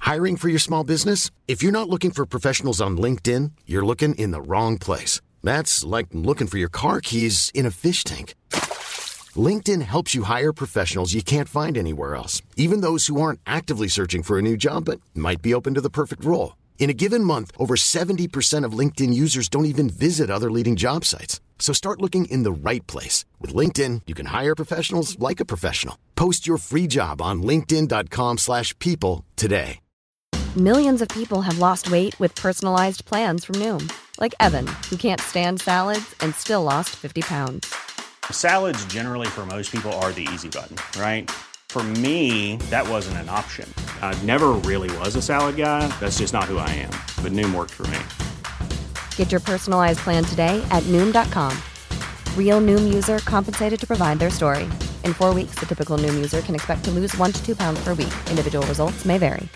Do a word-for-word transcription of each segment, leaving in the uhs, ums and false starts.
Hiring for your small business? If you're not looking for professionals on LinkedIn, you're looking in the wrong place. That's like looking for your car keys in a fish tank. LinkedIn helps you hire professionals you can't find anywhere else, even those who aren't actively searching for a new job but might be open to the perfect role. In a given month, over seventy percent of LinkedIn users don't even visit other leading job sites. So start looking in the right place. With LinkedIn, you can hire professionals like a professional. Post your free job on linkedin dot com slash people today. Millions of people have lost weight with personalized plans from Noom. Like Evan, who can't stand salads and still lost fifty pounds. Salads generally for most people are the easy button, right? For me, that wasn't an option. I never really was a salad guy. That's just not who I am. But Noom worked for me. Get your personalized plan today at Noom dot com. Real Noom user compensated to provide their story. In four weeks, the typical Noom user can expect to lose one to two pounds per week. Individual results may vary.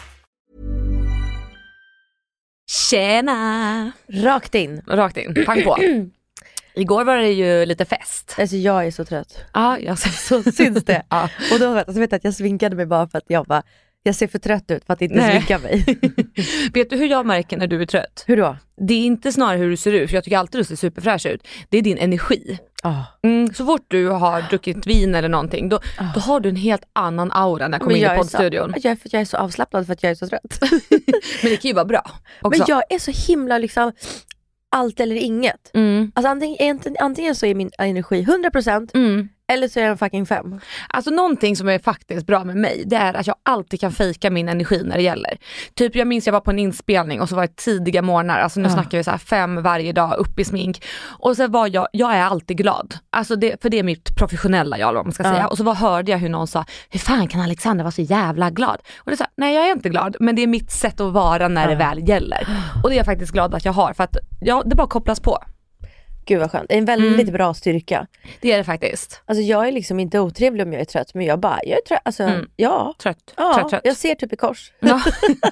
Tjena! Rakt in. Rakt in, pang på. Igår var det ju lite fest. Alltså jag är så trött. Ja, jag så syns det. Ja. Och då vet jag, vet att jag svinkade mig bara för att jag bara, jag ser för trött ut för att inte Nej. svinka mig. Vet du hur jag märker när du är trött? Hur då? Det är inte snarare hur du ser ut, för jag tycker alltid du ser superfräsch ut. Det är din energi. Oh. Mm, så fort du har druckit vin eller någonting, då, oh. då har du en helt annan aura när jag kommer in i poddstudion. Jag, jag är så avslappnad för att jag är så trött. Men det kan ju vara bra också. Men jag är så himla liksom allt eller inget. Mm. Alltså antingen, antingen så är min energi hundra procent mm. eller så är den fucking fem. Alltså någonting som är faktiskt bra med mig, det är att jag alltid kan fejka min energi när det gäller. Typ jag minns jag var på en inspelning och så var det tidiga morgnar. Alltså nu uh. snackar vi så här fem varje dag upp i smink. Och så var jag, jag är alltid glad. Alltså det, för det är mitt professionella jag, vad man ska uh. säga. Och så var, hörde jag hur någon sa, hur fan kan Alexandra vara så jävla glad? Och det sa, nej jag är inte glad, men det är mitt sätt att vara när uh. det väl gäller. Och det är jag faktiskt glad att jag har, för att ja, det bara kopplas på. Gud vad skönt. Det är en väldigt mm. bra styrka. Det är det faktiskt. Alltså jag är liksom inte otrevlig om jag är trött, men jag bara, jag är trött. Alltså, mm. ja. Trött. Ja, trött, trött. Jag ser typ i kors. Ja.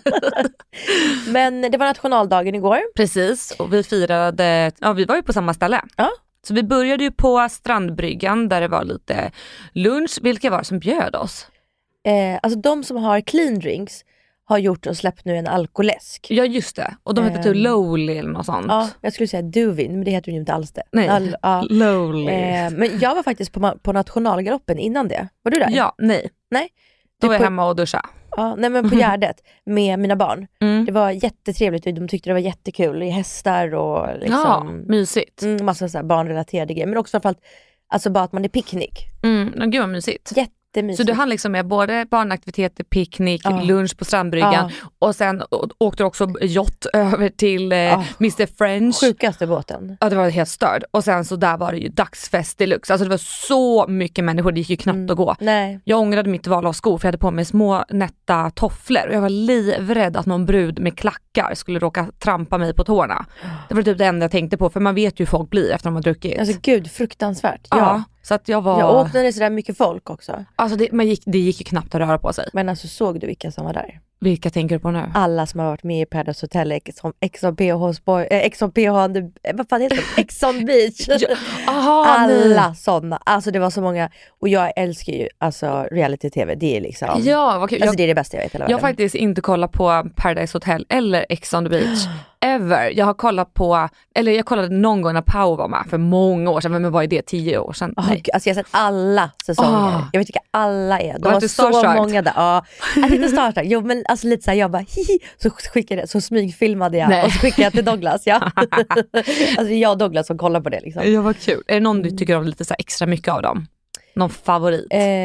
Men det var nationaldagen igår. Precis, och vi firade, ja vi var ju på samma ställe. Ja. Så vi började ju på Strandbryggan där det var lite lunch. Vilka var det som bjöd oss? Eh, alltså de som har clean drinks har gjort och släppt nu en alkoläsk. Ja just det. Och de heter um, typ Lowly eller något sånt. Ja, jag skulle säga Duvin, men det heter ju inte alls det. Nej, All, ja. Lowly. Eh, men jag var faktiskt på, på nationalgaloppen innan det. Var du där? Ja, nej. Nej. Då var jag på, hemma och duscha. Ja, nej men på Gärdet med mina barn. Mm. Det var jättetrevligt och de tyckte det var jättekul. I hästar och liksom... Ja, mysigt. Mm, massa så här barnrelaterade grejer. Men också framförallt, alltså bara att man är picknick. Mm, men gud vad mysigt. Jätte Så du hann liksom med både barnaktiviteter, picknick, ah. lunch på Strandbryggan ah. och sen åkte du också yacht över till eh, ah. mister French. Sjukaste båten. Ja, det var helt störd. Och sen så där var det ju dagsfest deluxe. Alltså det var så mycket människor, det gick ju knappt mm. att gå. Nej. Jag ångrade mitt val av skor för jag hade på mig små nätta tofflor. Och jag var livrädd att någon brud med klackar skulle råka trampa mig på tårna. Det var typ det enda jag tänkte på, för man vet ju hur folk blir efter de har druckit. Alltså gud, fruktansvärt. Ja. ja. Så att jag var... Jag åkte när det så där mycket folk också. Alltså det, man gick, det gick ju knappt att röra på sig. Men alltså såg du vilka som var där? Vilka tänker du på nu? Alla som har varit med i Paradise Hotel, som Ex on P H, Boy, äh, Ex on P H, vad fan heter det? Ex on Beach. ja. Aha, alla sådana. Alltså det var så många. Och jag älskar ju alltså reality-tv. Det är liksom... Ja, vad kul. Alltså jag, det är det bästa jag vet hela Jag har faktiskt inte kollat på Paradise Hotel eller Ex on the Beach. Ever. Jag har kollat på, eller jag kollade någon gång när Pau var med för många år sedan, men vad var det, tio år sedan? Oh, alltså jag har sett alla säsonger. Oh. Jag vet vilka alla är. De var, var så starstruck? Många där. Ja, alltså inte starstruck. Jo, men alltså lite så här, jag bara hihi, så skickade så smygfilmade jag. Nej. Och så skickade jag till Douglas, ja. Alltså jag och Douglas som kollar på det liksom. Ja, vad kul. Är det någon du tycker om lite så här extra mycket av dem? Någon favorit?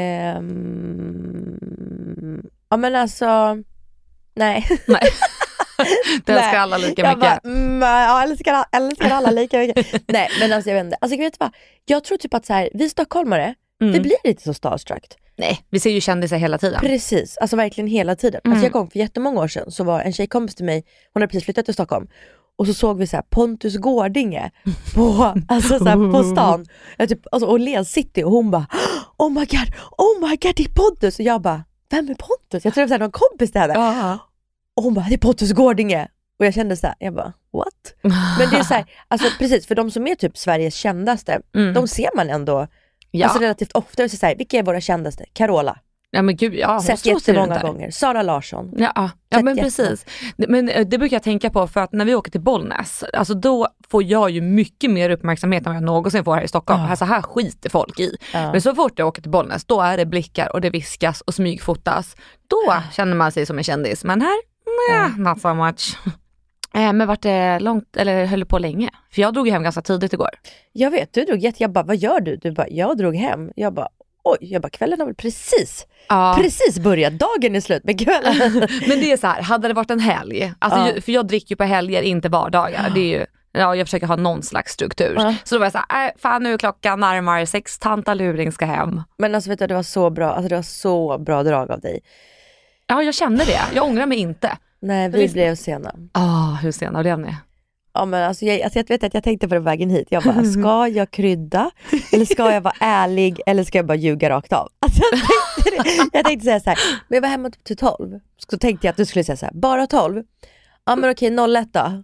Um, ja men alltså nej. Nej. Det älskar alla lika jag mycket. Bara, mm, jag älskar, älskar alla lika mycket. Nej, men alltså jag vet inte. Alltså, jag vet vad? Jag tror typ att så här, vi stockholmare, mm. vi blir lite så starstruck. Nej, vi ser ju kändisar hela tiden. Precis, alltså verkligen hela tiden. Mm. Alltså jag kom för jättemånga år sedan, så var en tjejkompis till mig, hon hade precis flyttat till Stockholm. Och så såg vi så här Pontus Gårdinge på, alltså så här, på stan. Jag typ, alltså, och Len City, och hon bara, oh my god, oh my god, det är Pontus. Och jag bara, vem är Pontus? Jag tror det var någon kompis till henne. Uh-huh. Och hon bara, det är Pontus Gårdinge. Och jag kände så här, jag bara, what? Men det är så här, alltså precis, för de som är typ Sveriges kändaste, mm. de ser man ändå, ja. Alltså relativt ofta. Så här, vilka är våra kändaste? Carola. Ja men gud, ja. Sett jättemånga gånger. Sara Larsson. Ja, ja, ja men precis. Men det brukar jag tänka på för att när vi åker till Bollnäs, alltså då får jag ju mycket mer uppmärksamhet än vad jag någonsin får här i Stockholm. Ja. Alltså här skiter folk i. Ja. Men så fort jag åker till Bollnäs, då är det blickar och det viskas och smygfotas. Då ja. känner man sig som en kändis. Men här, nej, ja. not so much. Eh, men vart det långt, eller höll på länge? För jag drog hem ganska tidigt igår. Jag vet, du drog jätte, jag bara, vad gör du? Du bara, jag drog hem. Jag bara, oj, jag bara, kvällen har väl precis, ja. precis börjat. Dagen är slut med kvällen. Men det är så här, hade det varit en helg, alltså, ja. för jag dricker ju på helger, inte vardagar. Det är ju, ja, jag försöker ha någon slags struktur. Ja. Så då var jag så här, äh, fan nu är klockan närmare sex, tanta Luring ska hem. Men alltså vet du, det var så bra, alltså det var så bra drag av dig. Ja, jag kände det. Jag ångrar mig inte. Nej, vi visst... blev sena. Ja, oh, hur sena blev ni? Ja, men alltså jag, alltså jag vet att jag tänkte på det vägen hit. Jag bara, ska jag krydda? Eller ska jag vara ärlig? Eller ska jag bara ljuga rakt av? Alltså jag, tänkte det. jag tänkte säga så här, men jag var hemma till tolv. Så tänkte jag att du skulle säga så här, bara tolv? Ja, men okej, noll ett då?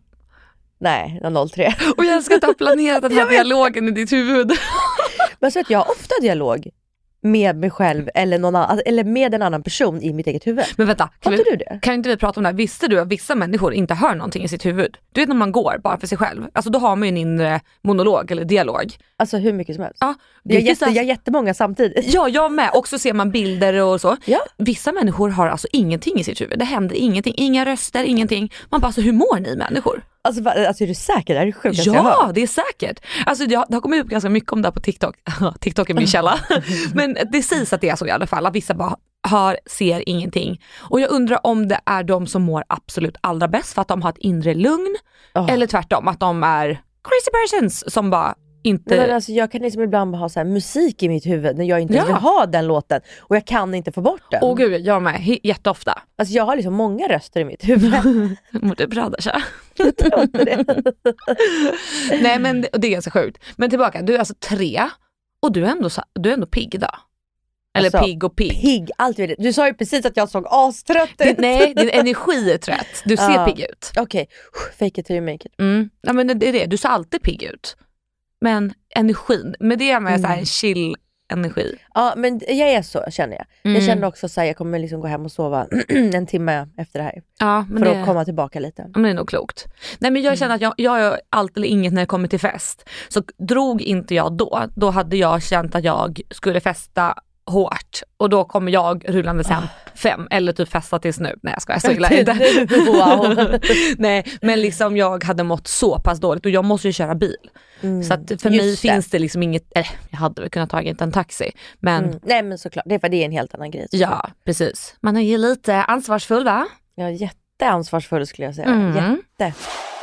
Nej, noll tre. Och jag ska ta planerat den här dialogen i ditt huvud. Men så att jag har ofta dialog med mig själv eller, någon annan, eller med en annan person i mitt eget huvud. Men vänta, kan, vi, du det? kan inte vi prata om det här? Visste du att vissa människor inte hör någonting i sitt huvud? Du vet när man går bara för sig själv. Alltså då har man ju en inre monolog eller dialog. Alltså hur mycket som helst. Ja, jag är jätte, jag jättemånga samtidigt. Ja, jag med. Och så ser man bilder och så. Ja. Vissa människor har alltså ingenting i sitt huvud. Det händer ingenting. Inga röster, ingenting. Man bara, alltså hur mår ni människor? Alltså, alltså är du säker? Det är det sjukaste jag hör. Ja, det är säkert. Alltså det har, det har kommit upp ganska mycket om det här på TikTok. TikTok är min källa. Men det sägs att det är så i alla fall. Att vissa bara hör, ser ingenting. Och jag undrar om det är de som mår absolut allra bäst för att de har ett inre lugn. Oh. Eller tvärtom, att de är crazy persons som bara inte... Men alltså, jag kan liksom ibland ha så här musik i mitt huvud när jag inte ja. vill ha den låten. Och jag kan inte få bort den. Åh gud, jag med. H- jätteofta. Alltså jag har liksom många röster i mitt huvud. Mår du bra där, så? Jag tror inte det. Nej, men det, det är ganska sjukt. Men tillbaka, du är alltså tre och du är ändå, du är ändå pigg då. Eller alltså, pigg och pigg. Pigg, allt vid det. Du sa ju precis att jag såg astrött ut. Nej, din energi är trött. Du ser uh, pigg ut. Okej, okay. Fake it till you make it. Mm. Ja, men det är det. Du ser alltid pigg ut. Men energin, med det med mm. så här chill energi. Ja, men jag är så, känner jag. Mm. Jag känner också så här, jag kommer liksom gå hem och sova en timme efter det här. Ja, men för det, att komma tillbaka lite. Men det är nog klokt. Nej, men jag känner att jag, jag är allt eller inget när det kommer till fest. Så drog inte jag då, då hade jag känt att jag skulle festa hårt. Och då kommer jag rullande hem fem eller typ festa tills nu. Nej, jag ska jag så illa inte. Wow. Nej, men liksom jag hade mått så pass dåligt och jag måste ju köra bil. Mm. Så att för Just mig det. finns det liksom inget, eller jag hade väl kunnat ta en taxi. Men mm. Nej, men såklart, det är för det är en helt annan grej. Ja, precis. Man är ju lite ansvarsfull, va? Ja, jätteansvarsfull skulle jag säga. Mm. Jätte.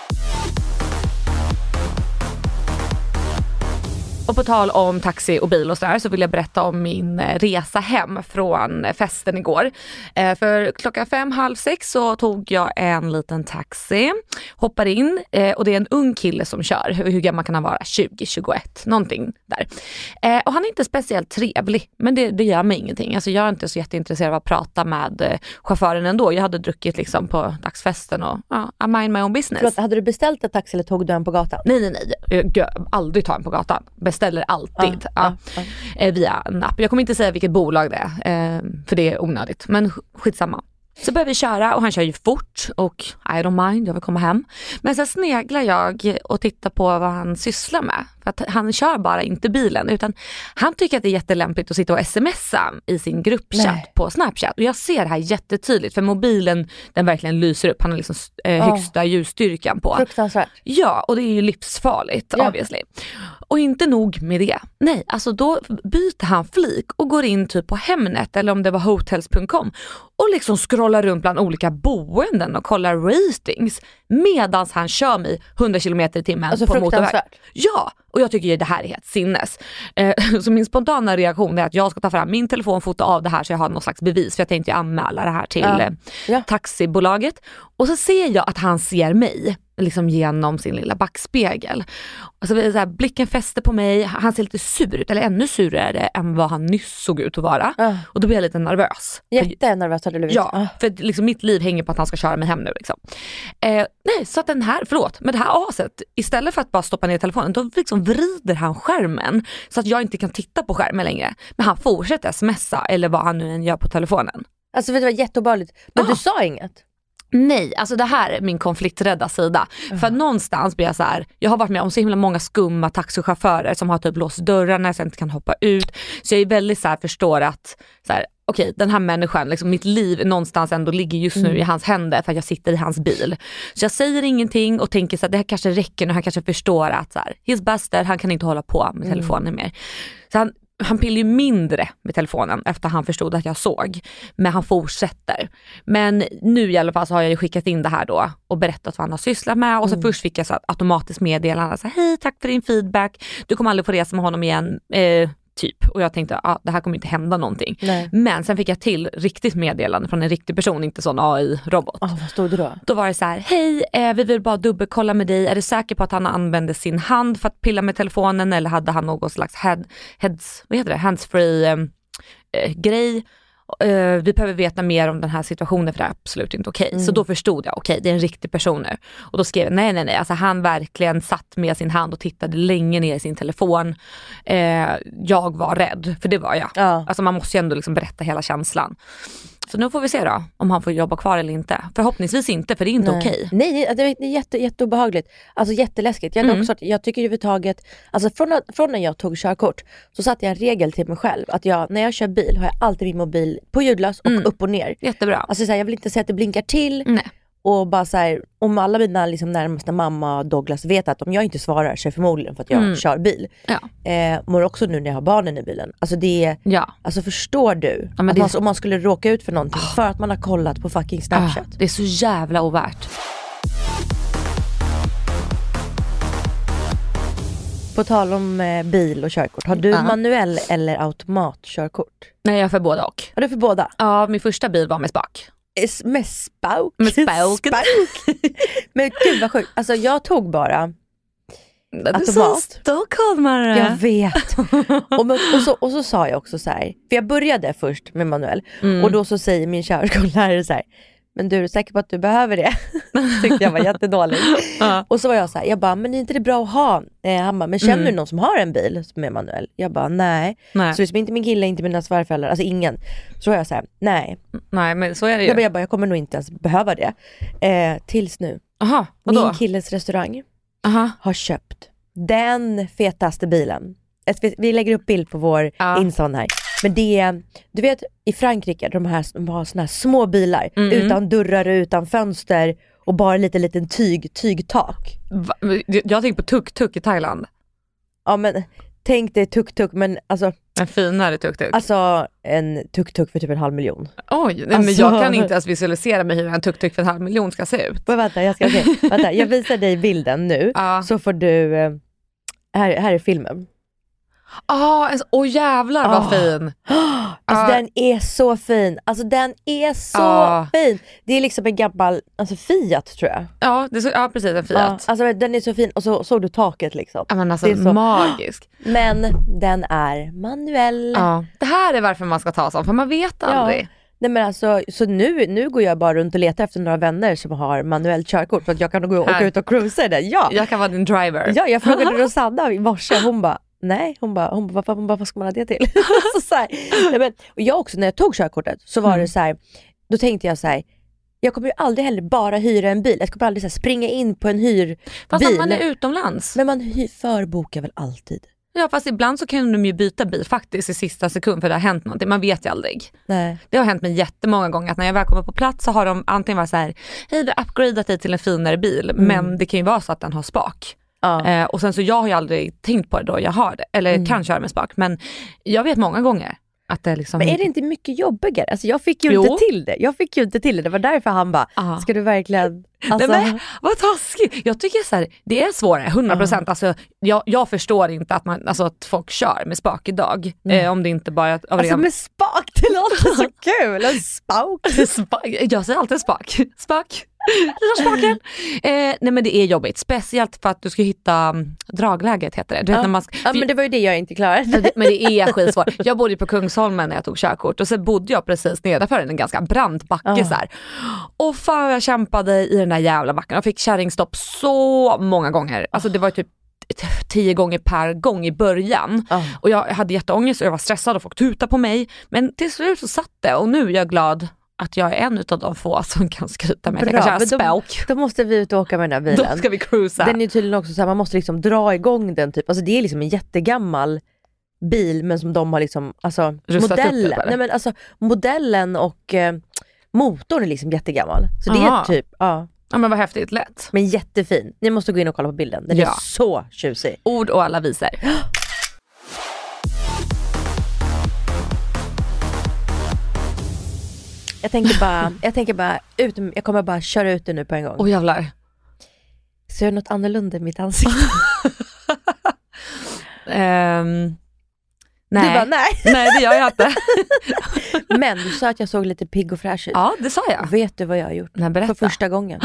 Och på tal om taxi och bil och sådär så vill jag berätta om min resa hem från festen igår. Eh, för klockan fem, halv sex så tog jag en liten taxi, hoppar in eh, och det är en ung kille som kör. Hur, hur gammal kan han vara? tjugo, tjugoett, någonting där. Eh, och han är inte speciellt trevlig, men det, det gör mig ingenting. Alltså jag är inte så jätteintresserad av att prata med eh, chauffören ändå. Jag hade druckit liksom på dagsfesten och ja, I mind my own business. Förlåt, hade du beställt en taxi eller tog du en på gatan? Nej, nej, nej. Jag, jag aldrig ta en på gatan. Ställer alltid ja, ja, ja. Eh, via en app. Jag kommer inte säga vilket bolag det är, eh, för det är onödigt, men skitsamma. Så börjar vi köra och han kör ju fort och I don't mind, jag vill komma hem. Men så sneglar jag och tittar på vad han sysslar med. För att han kör bara inte bilen utan han tycker att det är jättelämpligt att sitta och smsa i sin gruppchatt Nej. på Snapchat. Och jag ser det här jättetydligt för mobilen den verkligen lyser upp. Han har liksom eh, högsta oh. ljusstyrkan på. Fruktansvärt. Ja, och det är ju livsfarligt ja. obviously. Och inte nog med det. Nej, alltså då byter han flik och går in typ på Hemnet eller om det var hotels punkt com och liksom scrollar runt bland olika boenden och kollar ratings medans han kör mig hundra kilometer i timmen alltså på motorväg. Ja, och jag tycker ju det här är helt sinnes. Eh, så min spontana reaktion är att jag ska ta fram min telefon, fota av det här så jag har någon slags bevis för jag tänkte anmäla det här till ja. Eh, ja. taxibolaget. Och så ser jag att han ser mig liksom genom sin lilla backspegel. Och så, så här, blicken fäste på mig, han ser lite sur ut, eller ännu surare än vad han nyss såg ut att vara. Uh. Och då blev jag lite nervös. Jättenervös hade du blivit. Ja, uh. för liksom, mitt liv hänger på att han ska köra mig hem nu. Liksom. Eh, nej, så att den här, förlåt, men det här aset, istället för att bara stoppa ner telefonen, då liksom vrider han skärmen så att jag inte kan titta på skärmen längre. Men han fortsätter smsa eller vad han nu än gör på telefonen. Alltså vet du vad, jätteobehagligt. Men uh. du sa inget? Nej, alltså det här är min konflikträdda sida. Uh. För någonstans blir jag så här, jag har varit med om så himla många skumma taxichaufförer som har typ låst dörrarna så jag inte kan hoppa ut. Så jag är väldigt så här, förstår att så här, okej, den här människan, liksom mitt liv någonstans ändå ligger just nu mm. i hans händer för att jag sitter i hans bil. Så jag säger ingenting och tänker så att det här kanske räcker nu. Han kanske förstår att så här, he's busted, han kan inte hålla på med telefonen mm. mer. Så han Han pillar ju mindre med telefonen efter han förstod att jag såg. Men han fortsätter. Men nu i alla fall så har jag ju skickat in det här då och berättat vad han har sysslat med. Och så mm. först fick jag så automatiskt meddelande. Så hej, tack för din feedback. Du kommer aldrig få resa med honom igen. Eh, typ. Och jag tänkte, ah, det här kommer inte hända någonting. Nej. Men sen fick jag till riktigt meddelande från en riktig person, inte sån A I-robot. Oh, vad stod det då? Då var det så här, hej, eh, vi vill bara dubbelkolla med dig. Är du säker på att han använde sin hand för att pilla med telefonen eller hade han någon slags head, heads, vad heter det, handsfree eh, eh, grej? Uh, vi behöver veta mer om den här situationen för det är absolut inte okej. Okay. Mm. Så då förstod jag, okej, okay, det är en riktig person nu. Och då skrev jag, nej nej nej, alltså han verkligen satt med sin hand och tittade länge ner i sin telefon. Uh, jag var rädd, för det var jag. Ja. Alltså man måste ju ändå liksom berätta hela känslan. Så nu får vi se då om han får jobba kvar eller inte. Förhoppningsvis inte, för det är inte okej. Okay. Nej, det är jätte, jätteobehagligt. Alltså jätteläskigt. Jag, mm. också, jag tycker överhuvudtaget, alltså från, från när jag tog körkort så satte jag en regel till mig själv. Att jag, när jag kör bil har jag alltid min mobil på ljudlös och mm. upp och ner. Jättebra. Alltså så här, jag vill inte säga att det blinkar till. Nej. Och bara så här, om alla mina liksom närmaste mamma och Douglas vet att om jag inte svarar så är förmodligen för att jag mm. kör bil. Ja. Eh, men också nu när jag har barnen i bilen. Alltså det är, ja. Alltså förstår du? Ja, att man, så... om man skulle råka ut för någonting oh. för att man har kollat på fucking Snapchat. Oh, det är så jävla ovärt. På tal om eh, bil och körkort. Har du uh. manuell eller automatkörkort? Nej, jag är för båda och. Har du för båda? Ja, min första bil var med spak. Med spauk. Med spauk. spauk. Men gud vad sjukt. Alltså jag tog bara det automat. Så stockholmare. Jag vet. och, och, så, och så sa jag också så här. För jag började först med manuell. Mm. Och då så säger min körskollärare så här. Men du är säker på att du behöver det? Tyckte jag var jättedålig. uh. Och så var jag så här, jag bara, men är inte det bra att ha? Eh, han bara, men känner mm. du någon som har en bil som är manuell? Jag bara, nej. nej. Så liksom inte min kille, inte mina svärföräldrar, alltså ingen. Så var jag så här, nej. Nej, men så är det ju. Jag bara, jag, bara, jag kommer nog inte ens behöva det. Eh, tills nu. Aha, min killes restaurang Aha. har köpt den fetaste bilen. Vi lägger upp bild på vår ja. Insta här. Men det är, du vet i Frankrike de, här, de har såna här små bilar mm. utan dörrar och utan fönster och bara lite liten tyg, tygtak. Va? Jag tänker på tuk-tuk i Thailand. Ja men tänk dig tuk-tuk men alltså en finare tuk-tuk. Alltså en tuk-tuk för typ en halv miljon. Oj, alltså, men jag kan inte ens visualisera mig hur en tuk-tuk för en halv miljon ska se ut. Men vänta, jag ska se. Vänta, jag visar dig bilden nu ja. Så får du här, här är filmen. Ah, åh oh, jävlar vad oh. fin. Alltså ah. den är så fin. Alltså den är så ah. fin. Det är liksom en gammal alltså Fiat tror jag. Ja, det är så, ja precis en Fiat. Ah. Alltså den är så fin och så såg du taket liksom. Ja men alltså det är så magisk. Men den är manuell. Ja. Det här är varför man ska ta sån för man vet aldrig. Ja. Nej men alltså, så nu, nu går jag bara runt och letar efter några vänner som har manuellt körkort för att jag kan gå och åka ut och cruisa i den. Ja. Jag kan vara din driver. Ja, jag frågade Rosanna i morse, hon bara nej, hon bara, hon bara, vad, hon bara, vad ska man ha det till? så så här, nej, men, och jag också, när jag tog körkortet så var mm. det så här, då tänkte jag så här, jag kommer ju aldrig heller bara hyra en bil. Jag kommer aldrig så här, springa in på en hyrbil. Fast att man är utomlands. Men man hy- förbokar väl alltid. Ja, fast ibland så kan de ju byta bil faktiskt i sista sekund för det har hänt någonting. Man vet ju aldrig. Nej. Det har hänt mig jättemånga gånger att när jag väl kommer på plats så har de antingen varit så här, hej, vi har upgradat dig till en finare bil. Mm. Men det kan ju vara så att den har spak. Ja. Eh, och sen så jag har ju aldrig tänkt på det då jag har det. Eller mm. kan köra med spak. Men jag vet många gånger att det liksom... Men är det inte mycket jobbigare? Alltså jag fick ju jo. inte till det. Jag fick ju inte till det. Det var därför han bara, ah. ska du verkligen... Alltså... Nej, men, vad taskigt. Jag tycker så här, det är svårare, hundra procent. Uh. Alltså, jag, jag förstår inte att, man, alltså, att folk kör med spak idag. Mm. Eh, om det inte bara... Av alltså ren... med spak, det låter så kul. En spak. spak. Jag säger alltid spak. Spak. Lilla eh, nej men det är jobbigt. Speciellt för att du ska hitta um, dragläget heter det. Du vet, ja. när man ska, ja men det var ju det jag inte klarade. Men det är skitsvårt. Jag bodde på Kungsholmen när jag tog körkort. Och så bodde jag precis nedanför en ganska brant backe oh. så här. Och fan jag kämpade i den där jävla backen. Jag fick kärringstopp så många gånger. Alltså det var typ tio gånger per gång i början. Oh. Och jag hade jätteångest och jag var stressad och folk tutade på mig. Men till slut så satt det. Och nu är jag glad att jag är en av de få som kan skryta med. Bra, jag kan då, då måste vi ut och åka med den här bilen. Då ska vi cruisa. Den är tydligen också så här, man måste liksom dra igång den typ. Alltså det är liksom en jättegammal bil men som de har liksom, alltså rustat modellen. upp det, nej men alltså modellen och eh, motorn är liksom jättegammal. Så det Aha. är typ, ja. Ja men vad häftigt, lätt. Men jättefin. Ni måste gå in och kolla på bilden. Den ja. är så tjusig. Ord och alla visor. Jag tänker bara, jag tänker bara ut, jag kommer bara köra ut det nu på en gång. Åh oh, jävlar. Ser jag något annorlunda i mitt ansikte? um, nej. Du bara nej. Nej det gör jag inte. Men du sa att jag såg lite pigg och fräsch ut. Ja det sa jag. Vet du vad jag har gjort? Nej, berätta. För första gången.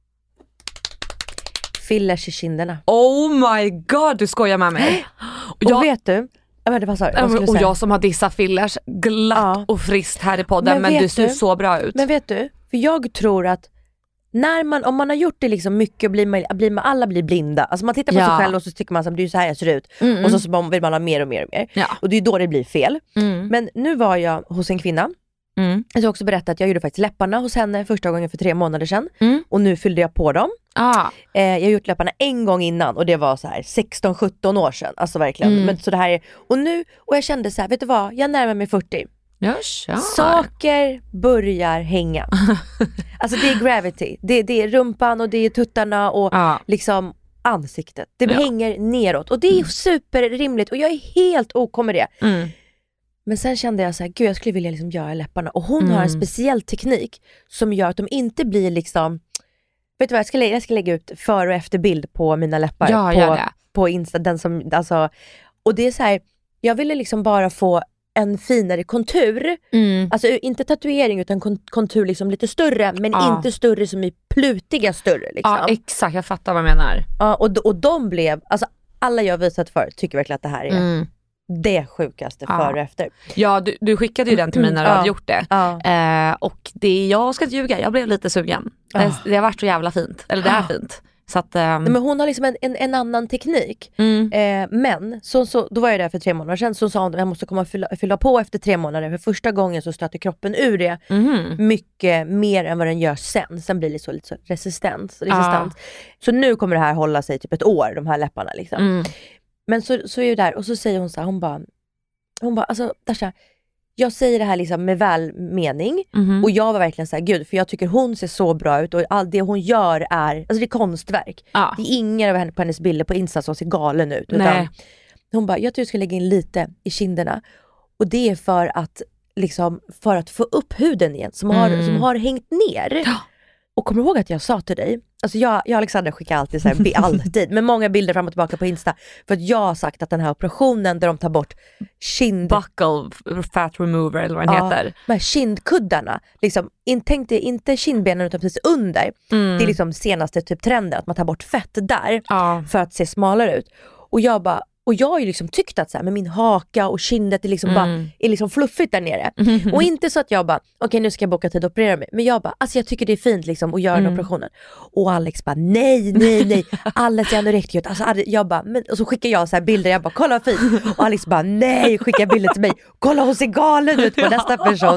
Fillers i kinderna. Oh my god, du skojar med mig. Och, jag, och vet du? Ja, men det var så, vad skulle och säga? jag som har dissat fillers glatt ja. och friskt här i podden. Men, men du ser så bra ut. Men vet du? För jag tror att när man, om man har gjort det liksom mycket blir man, blir man, alla blir blinda. Alltså man tittar på ja. sig själv och så tycker man att det är så här jag ser ut. Mm. Och så, så vill man ha mer och mer och mer. Ja. Och det är då det blir fel. Mm. Men nu var jag hos en kvinna. Mm. Jag ska också berätta att jag gjorde faktiskt läpparna hos henne första gången för tre månader sedan. Mm. Och nu fyllde jag på dem. Ah. Eh, jag har gjort läpparna en gång innan och det var så här sexton sjutton år sedan. Alltså verkligen. Mm. Men så det här är, och nu, och jag kände så här, vet du vad? Jag närmar mig fyrtio. Jag kör. Saker börjar hänga. Alltså det är gravity. Det, det är rumpan och det är tuttarna och ah. liksom ansiktet. Det ja. hänger neråt. Och det är mm. superrimligt och jag är helt ok med det. Mm. Men sen kände jag så här, gud jag skulle vilja liksom göra läpparna. Och hon mm. har en speciell teknik som gör att de inte blir liksom, vet du vad, jag ska, lägga, jag ska lägga ut för- och efterbild på mina läppar. Ja, på, gör det. På Insta, den som, alltså, och det är så här, jag ville liksom bara få en finare kontur. Mm. Alltså inte tatuering utan kontur liksom lite större, men ja. inte större som i plutiga större liksom. Ja, exakt, jag fattar vad jag menar. Ja, och, och de blev, alltså alla jag visat för tycker verkligen att det här är mm. det sjukaste ja. före och efter. Ja, du, du skickade ju den till mig när du ja. hade gjort det. Ja. Eh, och det, jag ska inte ljuga, jag blev lite sugen. Ja. Det, det har varit så jävla fint. Eller det är fint. Så att, um... men hon har liksom en, en, en annan teknik. Mm. Eh, men, så, så, då var jag där för tre månader sedan. Så sa hon att jag måste komma och fylla, fylla på efter tre månader. För första gången så stöter kroppen ur det. Mm. Mycket mer än vad den gör sen. Sen blir det så lite så resistens. resistans. Ah. Så nu kommer det här hålla sig typ ett år, de här läpparna liksom. Mm. Men så, så är jag där och så säger hon så här, hon bara, hon bara, alltså Dasha, jag säger det här liksom med välmening. Mm. Och jag var verkligen så här, gud, för jag tycker hon ser så bra ut. Och allt det hon gör är, alltså det är konstverk. Ja. Det är ingen av henne på hennes bilder på Insta som ser galen ut. Utan hon bara, jag tror jag ska lägga in lite i kinderna. Och det är för att, liksom, för att få upp huden igen. Som, mm. har, som har hängt ner. Ja. Och kommer du ihåg att jag sa till dig, alltså jag, jag och Alexandra skickar alltid så här, alltid, men många bilder fram och tillbaka på Insta, för att jag har sagt att den här operationen där de tar bort kind... buckle fat remover eller vad den ja, heter. De här kindkuddarna, liksom, in, tänk dig inte kindbenen utan precis under. Mm. Det är liksom senaste typ trenden, att man tar bort fett där ja. för att se smalare ut. Och jag bara, och jag har ju liksom tyckt att så här, med min haka och kindet är liksom mm. bara är liksom fluffigt där nere. Mm. Och inte så att jag bara, okej okay, nu ska jag boka tid att operera mig. Men jag bara, alltså jag tycker det är fint liksom att göra mm. den operationen. Och Alex bara, nej, nej, nej. Alla ser ändå riktigt ut. Alltså jag bara, men, och så skickar jag så här bilder, jag bara, kolla vad fint. Och Alex bara, nej, skickar bilder till mig. Kolla hon ser galen ut på ja. nästa person.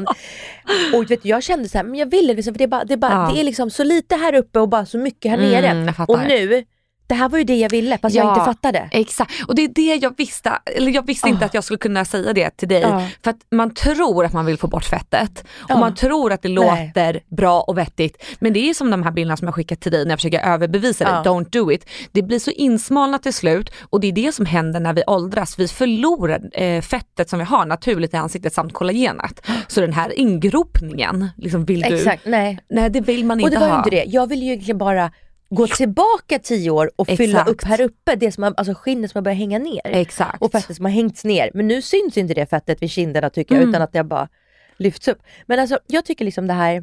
Och vet du, jag kände så här, men jag ville liksom, för det är, bara, det, är bara, ja. det är liksom så lite här uppe och bara så mycket här nere. Mm, och nu... Det här var ju det jag ville, fast ja, jag inte fattade. Exakt, och det är det jag visste. Eller jag visste oh. inte att jag skulle kunna säga det till dig. Oh. För att man tror att man vill få bort fettet. Och oh. man tror att det Nej. låter bra och vettigt. Men det är som de här bilderna som jag skickat till dig när jag försöker överbevisa dig. Oh. Don't do it. Det blir så insmalnat till slut. Och det är det som händer när vi åldras. Vi förlorar eh, fettet som vi har naturligt i ansiktet samt kollagenet. Så den här ingropningen, liksom vill du... Exakt, nej. Nej, det vill man inte ha. Och det var ju inte det. Jag vill ju egentligen bara... gå tillbaka tio år och Exakt. fylla upp här uppe det som har, alltså skinnet som har börjat hänga ner. Exakt. Och fettet som har hängts ner. Men nu syns inte det fettet vid kinderna tycker jag, mm. utan att det bara lyfts upp. Men alltså jag tycker liksom det här,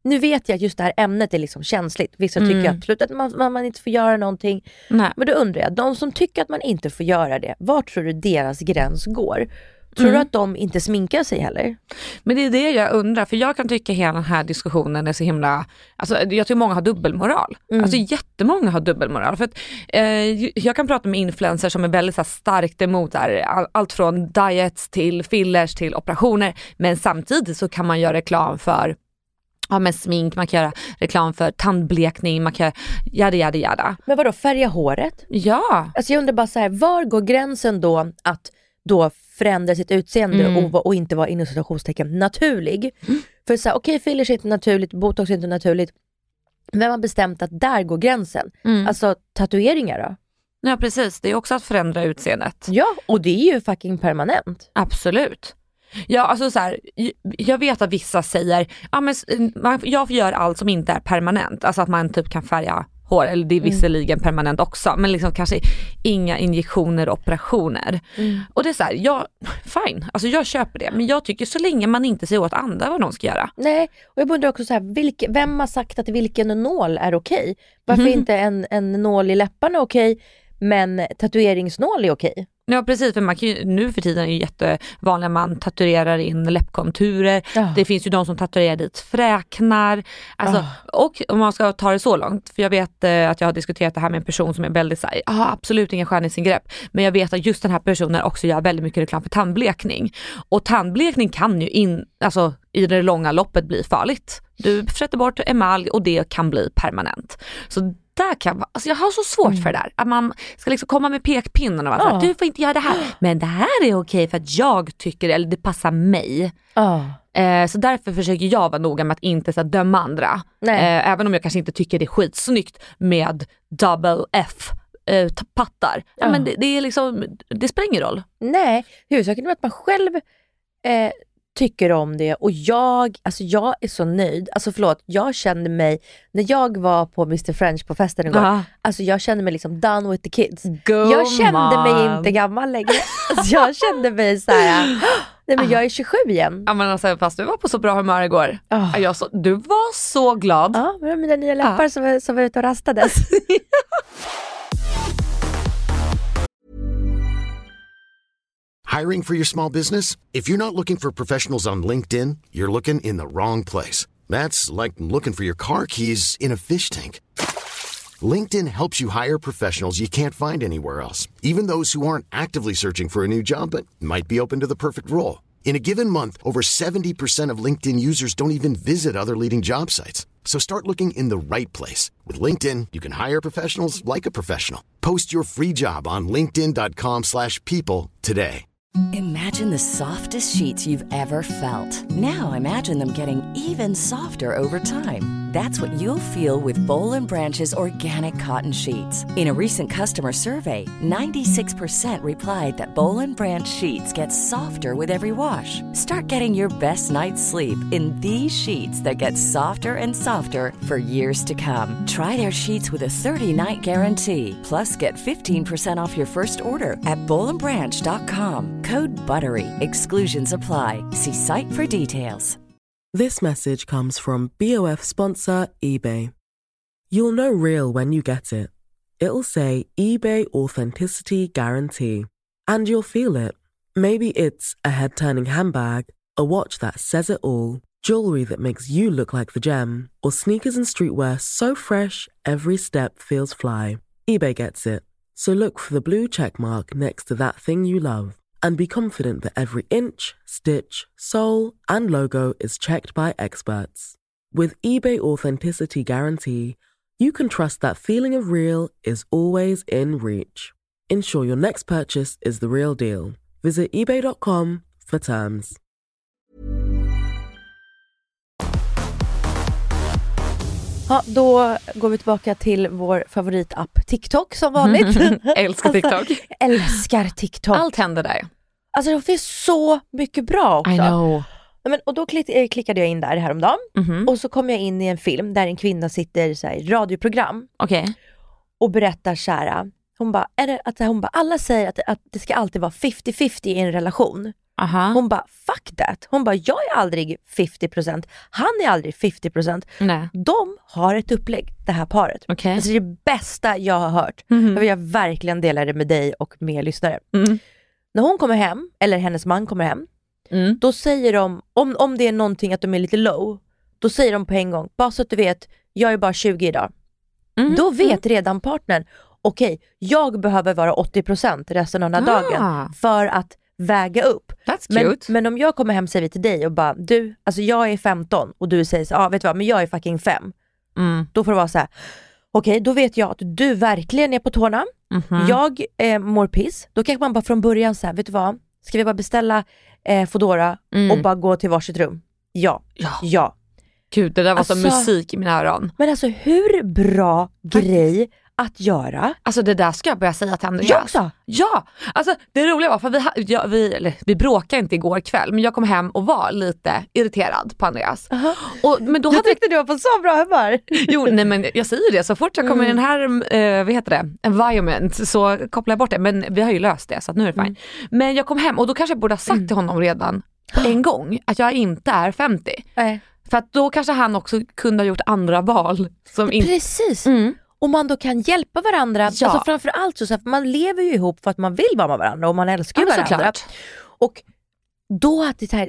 nu vet jag att just det här ämnet är liksom känsligt. Vissa Mm. tycker absolut att man, man, man inte får göra någonting. Nej. Men då undrar jag, de som tycker att man inte får göra det, var tror du deras gräns går? Tror Mm. du att de inte sminkar sig heller? Men det är det jag undrar, för jag kan tycka hela den här diskussionen är så himla, alltså jag tror många har dubbelmoral. Mm. Alltså jättemånga har dubbelmoral. För att, eh, jag kan prata med influencers som är väldigt så här, starkt emot här, all, allt från diets till fillers till operationer, men samtidigt så kan man göra reklam för ja, med smink, man kan göra reklam för tandblekning, man kan jada jada jada. Men vadå, färga håret? Ja. Alltså jag undrar bara så här, var går gränsen då att då förändra sitt utseende Mm. och, och inte vara inom situationstecken naturlig? Mm. För så här, okej, okay, fillers är inte naturligt, botox är inte naturligt. Vem har bestämt att där går gränsen? Mm. Alltså tatueringar då? Ja precis, det är också att förändra utseendet. Ja, och det är ju fucking permanent. Absolut. Ja, alltså så här, jag vet att vissa säger ja, men man, jag gör allt som inte är permanent. Alltså att man typ kan färga hår, eller det är visserligen mm. permanent också, men liksom kanske inga injektioner och operationer. Mm. Och det är så här, jag, fine, alltså jag köper det, men jag tycker så länge man inte säger åt andra vad de ska göra. Nej, och jag undrar också så här, vilke, vem har sagt att vilken nål är okej? Varför mm. inte en, en nål i läpparna okej, men tatueringsnål är okej? Ja precis, för man kan ju, nu för tiden är det jättevanligt att man tatuerar in läppkonturer. Oh. Det finns ju de som tatuerar dit fräknar. Alltså, oh. Och om man ska ta det så långt, för jag vet eh, att jag har diskuterat det här med en person som är väldigt så här, ah, absolut inga skönhetsingrepp. Men jag vet att just den här personen också gör väldigt mycket reklam för tandblekning. Och tandblekning kan ju in, alltså, i det långa loppet bli farligt. Du frätter bort emalj och det kan bli permanent. Så där kan, alltså jag har så svårt mm. för det där. Att man ska liksom komma med pekpinnen och vara oh. du får inte göra det här. Men det här är okej för att jag tycker det, eller det passar mig. Oh. Eh, så därför försöker jag vara noga med att inte så här, döma andra. Eh, även om jag kanske inte tycker det är skitsnyggt med double F eh, pattar. Ja, oh. men det, det är liksom, det spelar ingen roll. Nej, huvudsaken är att man själv eh, tycker om det, och jag, alltså jag är så nöjd. Alltså förlåt, jag kände mig, när jag var på mister French på festen igår, uh-huh. alltså jag kände mig liksom done with the kids. Go jag kände man. mig inte gammal längre. Alltså jag kände mig så här. Nej men jag är tjugosju igen. Ja men alltså, fast du var på så bra humör igår. Oh. Jag så, du var så glad. Ja, det var mina nya läppar uh. som, var, som var ute och rastades. Hiring for your small business? If you're not looking for professionals on LinkedIn, you're looking in the wrong place. That's like looking for your car keys in a fish tank. LinkedIn helps you hire professionals you can't find anywhere else, even those who aren't actively searching for a new job but might be open to the perfect role. In a given month, over seventy percent of LinkedIn users don't even visit other leading job sites. So start looking in the right place. With LinkedIn, you can hire professionals like a professional. Post your free job on linkedin dot com slash people today. Imagine the softest sheets you've ever felt. Now imagine them getting even softer over time. That's what you'll feel with Boll and Branch's organic cotton sheets. In a recent customer survey, ninety-six percent replied that Boll and Branch sheets get softer with every wash. Start getting your best night's sleep in these sheets that get softer and softer for years to come. Try their sheets with a thirty-night guarantee. Plus, get fifteen percent off your first order at boll and branch dot com. Code BUTTERY. Exclusions apply. See site for details. This message comes from B O F sponsor eBay. You'll know real when you get it. It'll say eBay Authenticity Guarantee. And you'll feel it. Maybe it's a head-turning handbag, a watch that says it all, jewelry that makes you look like the gem, or sneakers and streetwear so fresh every step feels fly. eBay gets it. So look for the blue check mark next to that thing you love. And be confident that every inch, stitch, sole, and logo is checked by experts. With eBay Authenticity Guarantee, you can trust that feeling of real is always in reach. Ensure your next purchase is the real deal. Visit ebay dot com for terms. Ja, då går vi tillbaka till vår favoritapp TikTok som vanligt. Älskar TikTok. Alltså, älskar TikTok. Allt händer där. Alltså det finns så mycket bra också. I know. Men, och då klick, klickade jag in där häromdagen. Mm-hmm. Och så kom jag in i en film där en kvinna sitter så här, i radioprogram. Okay. Och berättar så här. Hon bara, är det, att hon bara alla säger att, att det ska alltid vara femtio femtio i en relation. Aha. Hon bara, fuck that. Hon bara, jag är aldrig femtio procent. Han är aldrig femtio procent. Nej. De har ett upplägg, det här paret. Okay. Alltså det är det bästa jag har hört. Mm-hmm. Jag vill verkligen dela det med dig och med lyssnare. Mm. När hon kommer hem, eller hennes man kommer hem, mm. då säger de, om, om det är någonting att de är lite low, då säger de på en gång, bara så att du vet, jag är bara tjugo idag. Mm. Då vet redan partnern, okej, okay, jag behöver vara åttio procent resten av den här ah. dagen för att väga upp. That's men, cute. men om jag kommer hem, säger vi till dig och bara, du, alltså jag är femton och du säger så, ja ah, vet du vad, men jag är fucking fem. Mm. Då får det vara så här, okej, okay, då vet jag att du verkligen är på tårna. Mm-hmm. Jag eh, mår piss. Då kanske man bara från början så här, vet du vad, ska vi bara beställa eh, Foodora mm. och bara gå till varsitt rum? Ja, ja. ja. Gud, det där var alltså, som musik i mina öron. Men alltså hur bra grej att göra. Alltså det där ska jag börja säga till Andreas. Jag också. Ja, alltså det roliga var för vi, ja, vi, eller, vi bråkade inte igår kväll, men jag kom hem och var lite irriterad på Andreas. Uh-huh. Och, men då jag hade tyckte du var på så bra humör. Jo, nej men jag säger det, så fort jag kommer mm. i den här, eh, vad heter det, environment, så kopplar jag bort det. Men vi har ju löst det, så att nu är det fine. Mm. Men jag kom hem och då kanske jag borde ha sagt mm. till honom redan på en gång att jag inte är femtio. Nej. För att då kanske han också kunde ha gjort andra val. Som in... Precis. Mm. Och man då kan hjälpa varandra. Ja. Alltså framförallt så, så att man lever ju ihop för att man vill vara med varandra och man älskar ju ja, varandra. Såklart. Och då att det så här,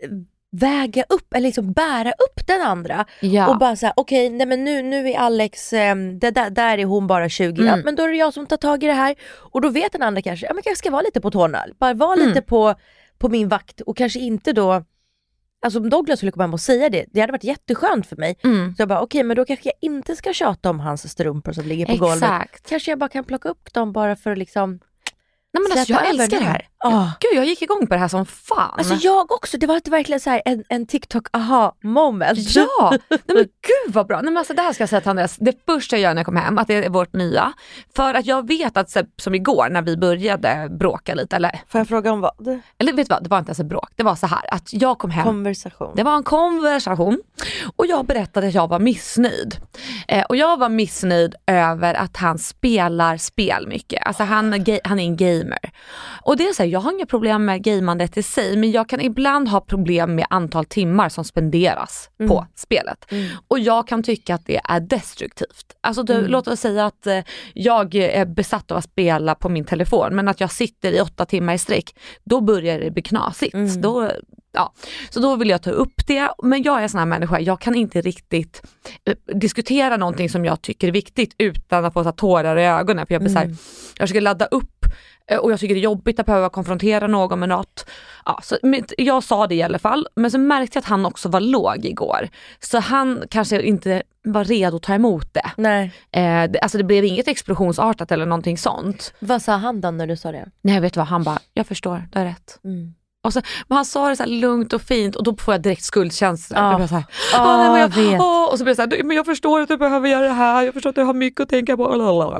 väga upp eller liksom bära upp den andra ja. och bara så här, okej, okay, nej men nu nu är Alex eh, det där, där är hon bara tjugo. Mm. Ja, men då är det jag som tar tag i det här och då vet den andra kanske, ja men jag ska vara lite på tårna. Bara vara mm. lite på på min vakt och kanske inte då. Alltså om Douglas skulle komma hem och säga det, det hade varit jätteskönt för mig. Mm. Så jag bara, okej, okay, men då kanske jag inte ska tjata om hans strumpor som ligger på Exakt. golvet. Kanske jag bara kan plocka upp dem bara för att liksom... Nej men alltså jag älskar det här. Oh. Gud, jag gick igång på det här som fan. Alltså jag också, det var verkligen så här en, en TikTok aha moment. Ja, nej men gud vad bra. Nej men alltså det här ska jag säga till Andreas, det första jag gör när jag kommer hem, att det är vårt nya. För att jag vet att som igår när vi började bråka lite, eller... Får jag fråga om vad? Eller vet du vad, det var inte ens ett bråk. Det var så här att jag kom hem. Konversation. Det var en konversation. Och jag berättade att jag var missnöjd. Eh, och jag var missnöjd över att han spelar spel mycket. Alltså han, han är en gamer. Och det är så här, jag har inga problem med gamandet i sig, men jag kan ibland ha problem med antal timmar som spenderas mm. på spelet. Mm. Och jag kan tycka att det är destruktivt. Alltså du, mm. låt oss säga att eh, jag är besatt av att spela på min telefon, men att jag sitter i åtta timmar i sträck, då börjar det bli knasigt. Mm. Då, ja. Så då vill jag ta upp det, men jag är en sån här människa, jag kan inte riktigt eh, diskutera någonting som jag tycker är viktigt utan att få så tårar i ögonen, för jag blir mm. så här, jag försöker ladda upp. Och jag tycker det är jobbigt att behöva konfrontera någon med något. Ja, så jag sa det i alla fall. Men så märkte jag att han också var låg igår. Så han kanske inte var redo att ta emot det. Nej. Eh, det alltså det blev inget explosionsartat eller någonting sånt. Vad sa han då när du sa det? Nej, vet du vad? Han bara, jag förstår, det är rätt. Mm. Och så, men han sa det så här lugnt och fint och då får jag direkt skuldkänsla. Ja. Jag blir så här, oh, nej, men jag, jag vet. Oh, och så blir det så här, men jag förstår att du behöver göra det här. Jag förstår att du har mycket att tänka på.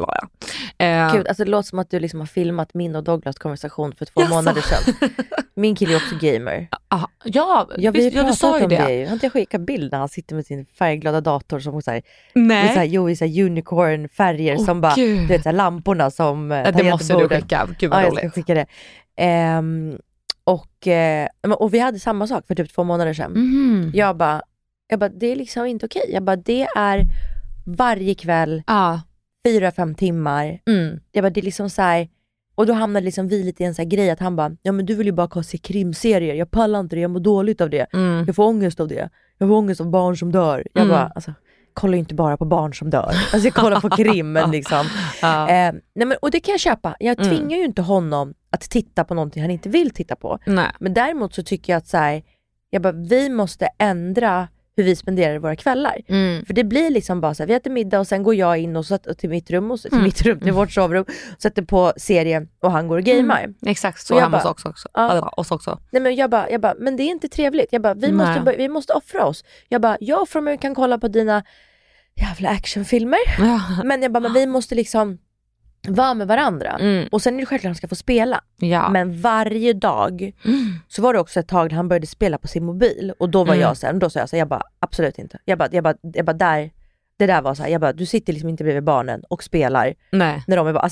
Eh. Gud, alltså det låter som att du liksom har filmat min och Douglas konversation för två Jaså. månader sedan. Min kille är också gamer. Ah, ja, ja, vi har pratat om det. det. Jag har inte skickat bild när han sitter med sin färgglada dator som så här, nej. Så här, jo, i så här unicorn-färger oh, som bara, du vet så här, lamporna som ja, det måste du skicka. Gud vad ja, roligt. Jag ska skicka det. Um, Och, eh, och vi hade samma sak för typ två månader sedan. Mm. Jag bara, jag bara, det är liksom inte okej. Jag bara, det är varje kväll, ah. fyra, fem timmar. Mm. Jag bara, det är liksom så här. Och då hamnade liksom vi lite i en så här grej att han bara, ja men du vill ju bara se krimserier. Jag pallar inte det, jag mår dåligt av det. Mm. Jag får ångest av det. Jag får ångest av barn som dör. Jag mm. bara, alltså, kollar ju inte bara på barn som dör. Alltså jag kollar på krimmen liksom. Ah. Eh, nej men, och det kan jag köpa. Jag tvingar mm. ju inte honom att titta på någonting han inte vill titta på. Nej. Men däremot så tycker jag att så här, jag bara, vi måste ändra hur vi spenderar våra kvällar. Mm. För det blir liksom bara så här, vi äter middag och sen går jag in och så, till mitt rum, och, till mm. mitt rum, till vårt sovrum, sätter på serien och han går och gamer. Mm. Exakt, så hemma hos också. också. Ja. oss också. Nej men jag bara, jag bara, men det är inte trevligt. Jag bara, vi, måste, vi måste offra oss. Jag bara, jag offrar mig, kan kolla på dina jävla actionfilmer. Ja. Men jag bara, men vi måste liksom vara med varandra. Mm. Och sen är det självklart att han ska få spela. Ja. Men varje dag mm. så var det också ett tag när han började spela på sin mobil. Och då var mm. jag sen, då sa jag så jag bara, absolut inte. Jag bara, jag bara, jag bara där, det där var så här, jag bara, du sitter liksom inte bredvid barnen och spelar. Nej. När de är bara, alltså jag bara,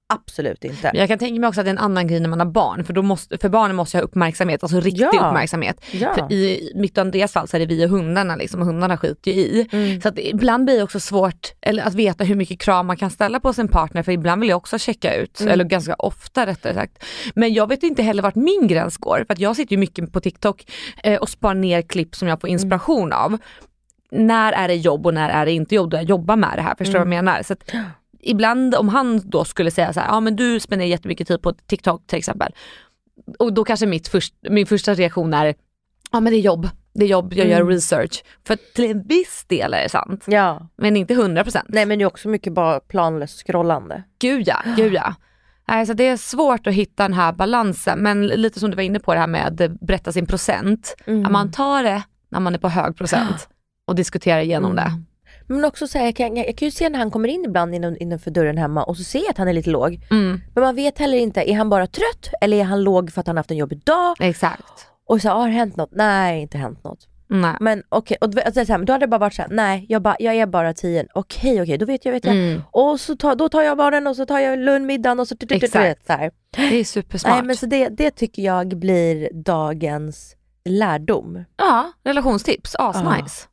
absolut inte. Jag kan tänka mig också att det är en annan grej när man har barn, för, då måste, för barnen måste ha uppmärksamhet, alltså riktig Ja. uppmärksamhet. Ja. För i mitt och Andreas fall så är det vi och hundarna liksom, och hundarna skiter ju i. Mm. Så att ibland blir det också svårt eller, att veta hur mycket krav man kan ställa på sin partner, för ibland vill jag också checka ut, Mm. eller ganska ofta rättare sagt. Men jag vet inte heller vart min gräns går, för att jag sitter ju mycket på TikTok eh, och spar ner klipp som jag får inspiration Mm. av. När är det jobb och när är det inte jobb då jag jobbar med det här, förstår du Mm. vad jag menar? Så att, ibland om han då skulle säga så här, ja men du spenderar jättemycket tid på TikTok till exempel, och då kanske mitt först, min första reaktion är, ja men det är jobb, det är jobb, jag Mm. gör research. För till en viss del är det sant, Ja. men inte hundra procent. Nej, men det är också mycket bara planlöst scrollande. Gud ja, gud ja. Nej, så det är svårt att hitta den här balansen, men lite som du var inne på det här med att berätta sin procent, Mm. att man tar det när man är på hög procent och diskuterar igenom Mm. det. Men också så här, jag, kan, jag, jag kan ju se när han kommer in ibland inom, innanför dörren hemma och så ser jag att han är lite låg. Mm, Men man vet heller inte, är han bara trött eller är han låg för att han haft en jobbig dag? exakt. Och så har det hänt något? Nej, inte hänt något. Nej. Men okej, och alltså, så här, men då hade det bara varit så här, nej, jag, ba, jag är bara tio. Okej, okej, då vet jag, vet jag. Mm, Och så tar, då tar jag barnen och så tar jag lundmiddagen och så, du, du, du, Exakt. vet, så här. det är supersmart. Nej, men så det, det tycker jag blir dagens lärdom. Ja, relationstips, as Ja. nice.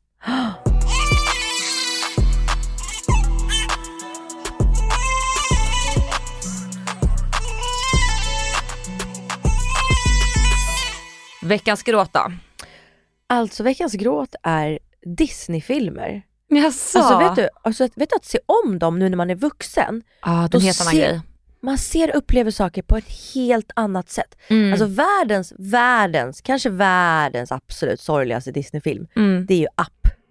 Veckans gråta. Alltså veckans gråt är Disney-filmer. Jaså? Alltså vet du, alltså, vet du att se om dem nu när man är vuxen, Ja, det är då en helt annan ser- grej. man ser och upplever saker på ett helt annat sätt. Mm. Alltså världens, världens, kanske världens absolut sorgligaste Disney-film, mm. det är ju Up.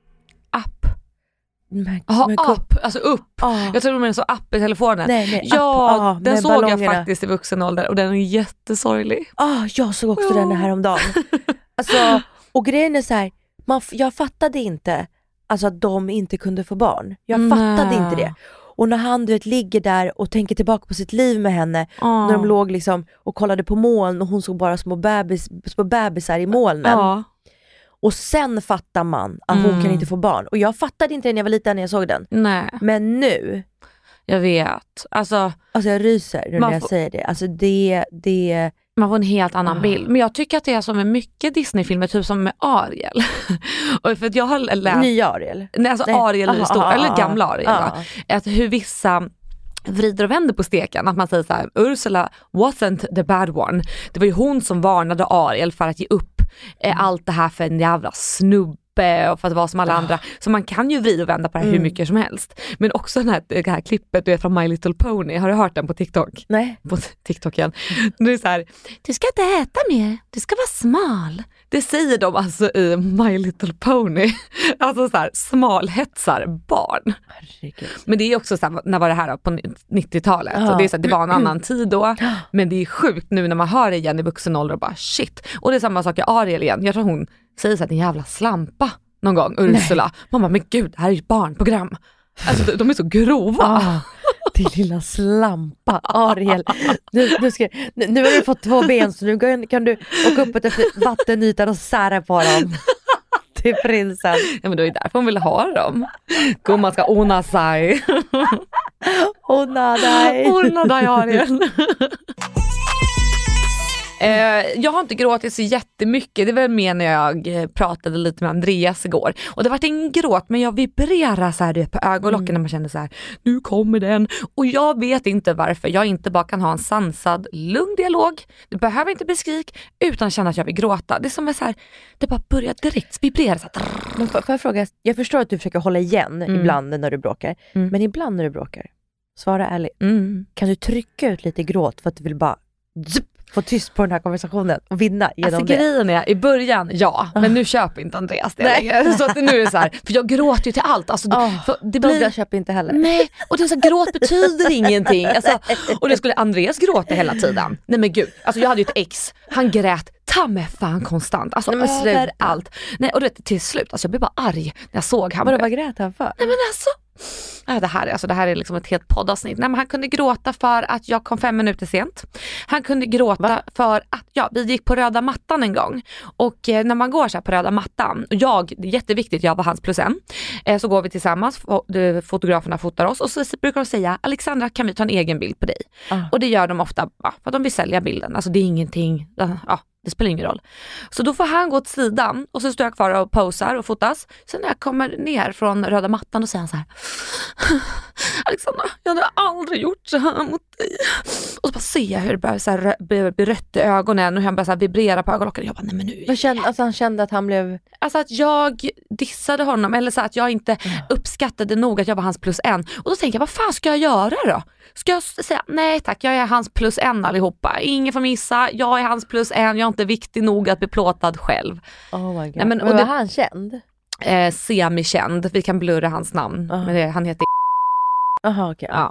App. Med, Jaha, med ko- app. Alltså upp. Ah. Jag tror du menar så app i telefonen. Nej, nej, ja, Up, ah, den med såg jag ballongerna. faktiskt i vuxen ålder och den är jättesorglig. Ah, jag såg också Ja. den häromdagen. Alltså, och grejen är så här, man, f- jag fattade inte alltså, att de inte kunde få barn. Jag Nej. fattade inte det. Och när han du vet, ligger där och tänker tillbaka på sitt liv med henne, Ah. när de låg liksom och kollade på moln och hon såg bara små, bebis, små bebisar i molnen. Ja. Och sen fattar man att hon Mm. kan inte få barn. Och jag fattade inte det när jag var liten när jag såg den. Nej, Men nu, jag vet. Alltså, alltså jag ryser nu Man när jag får- säger det. Alltså det, det, man får en helt annan Ah. bild. Men jag tycker att det är som med mycket Disney-filmer, typ som med Ariel. och för att jag har läst... nya Ariel. Nej, alltså Nej. Ariel Aha, är stor, aha, eller aha. gamla Ariel. Ja. Va? Att hur vissa vrider och vänder på steken. Att man säger så här: Ursula wasn't the bad one. Det var ju hon som varnade Ariel för att ge upp eh, allt det här för en jävla snubbe och för att vara som alla andra. Så man kan ju vrida och vända på det här hur Mm. mycket som helst. Men också den här, det här klippet du vet, från My Little Pony. Har du hört den på TikTok? Nej. På TikToken. Det är så här: du ska inte äta mer, du ska vara smal. Det säger de alltså i My Little Pony. Alltså så här, smalhetsar barn. Herregud. Men det är också så här, när var det här då? På nittiotalet. Ja. Och det, är så här, det var en annan tid då. Men det är sjukt nu när man hör det igen i vuxen ålder och bara shit. Och det är samma sak i Ariel igen. Jag tror hon säger så här: din jävla slampa någon gång, Ursula. Man bara, men gud, det här är ju ett barnprogram. Alltså de, de är så grova. Ah, din lilla slampa, Ariel. Nu, nu, ska, nu, nu har du fått två ben så nu kan, kan du åka upp efter vattenytan och sära på dem. Till prinsen. Ja, men det är därför hon vill ha dem. Gumman ska ona sig. Ona dig. Ona dig, Ariel. Eh, jag har inte gråtit så jättemycket. Det var mer när jag eh, pratade lite med Andreas igår. Och det var ingen gråt, men jag vibrerar så här du vet, på ögonlocken när man känner så här: nu kommer den. Och jag vet inte varför jag inte bara kan ha en sansad, lugn dialog. Det behöver inte bli skrik utan känna att jag vill gråta. Det är som är så här, det bara börjar direkt vibrera så här. Men får, får jag fråga, jag förstår att du försöker hålla igen Mm. ibland när du bråkar. Mm. Men ibland när du bråkar, svara ärligt. Mm. Kan du trycka ut lite gråt för att du vill bara zup, få tyst på den här konversationen och vinna genom Alltså det? grejen är, i början, ja, men nu köper inte Andreas det Nej. längre. Så att nu är det så här, för jag gråter ju till allt. Alltså, Oh, för det Douglas blir... köper inte heller. Nej, och det är så här, gråt betyder ingenting. Alltså, och det skulle Andreas gråta hela tiden. Nej men gud, alltså jag hade ju ett ex, han grät ta mig fan konstant. Alltså Nej, överallt. Nej, och du vet, till slut, alltså jag blev bara arg när jag såg han. Vadå, vad grät han för? Nej men alltså, ja, det, här, alltså det här är liksom ett helt poddavsnitt. Nej, men han kunde gråta för att jag kom fem minuter sent. Han kunde gråta Va? för att ja, vi gick på röda mattan en gång. Och eh, när man går så här på röda mattan, och jag, det är jätteviktigt, jag var hans plus en. Eh, så går vi tillsammans, fo- fotograferna fotar oss och så brukar de säga, Alexandra, kan vi ta en egen bild på dig? Ah. Och det gör de ofta ja, för att de vill sälja bilden. Alltså det är ingenting, ja, det spelar ingen roll. Så då får han gå åt sidan och så står jag kvar och posar och fotas. Sen när jag kommer ner från röda mattan och säger han så här: Alexandra, jag hade aldrig gjort så här mot dig. Och så bara ser jag hur det börjar så här, bli rött i ögonen och han börjar så här vibrera på ögonlocken. Jag bara, nej men nu. Vad kände, alltså han kände att han blev... Alltså att jag dissade honom eller så att jag inte mm. uppskattade nog att jag var hans plus en. Och då tänker jag, vad fan ska jag göra då? Ska jag säga, nej tack, jag är hans plus en allihopa. Ingen får missa, jag är hans plus en. Jag är inte viktig nog att bli plåtad själv. Oh my God. Nej, men, och och var det, han känd? Eh, semi-känd. Vi kan blurra hans namn. Uh-huh. Men det, han heter Aha, okay. ja.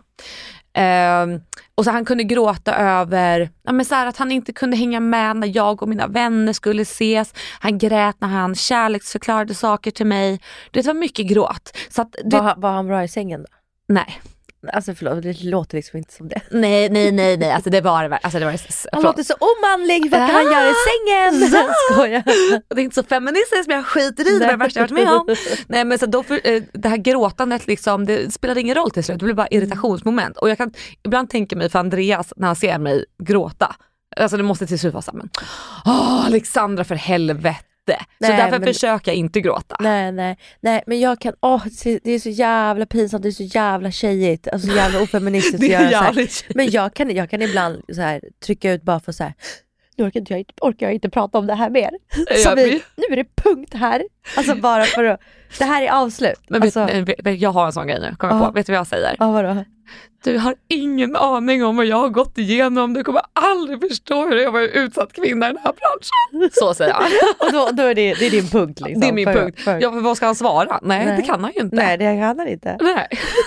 Eh, och så han kunde gråta över ja, men så här, att han inte kunde hänga med när jag och mina vänner skulle ses. Han grät när han kärleksförklarade saker till mig. Det var mycket gråt. Så att det... var, var han bra i sängen då? Nej. Alltså förlåt, det låter liksom inte som det. Nej, nej, nej, nej. Alltså det var alltså det var han låter så omanlig. Vad kan han göra i sängen? Skojar. Det är inte så feministiskt, men jag skiter i det. Det var det värsta jag varit med om. Nej, men så då för, det här gråtandet liksom, det spelade ingen roll till slut. Det blev bara irritationsmoment. Och jag kan ibland tänka mig för Andreas när han ser mig gråta. Alltså det måste till slut vara så här, men åh, Alexandra, för helvete. Nej, så därför men, försöker jag inte gråta. Nej, nej, nej, men jag kan, åh, det är så jävla pinsamt, det är så jävla tjejigt, alltså så jävla ofeministiskt att göra så här. Men jag kan, jag kan ibland så här, trycka ut bara för så här, nu orkar jag, orkar jag inte prata om det här mer. Så vi, nu är det punkt här. Alltså bara för att, det här är avslut. Men alltså, vet, jag har en sån grej nu, kommer jag på. Vet du vad jag säger? Ja, vadå? Du har ingen aning om vad jag har gått igenom. Du kommer aldrig förstå hur jag var utsatt kvinna i den här branschen. Så säger jag. Och då, då är det, det är din punkt liksom. Det är min för, punkt. för. Ja, vad ska han svara? Nej, Nej, det kan han ju inte. Nej, det kan han inte. Nej.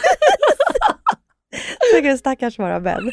Så kan stackars vara män.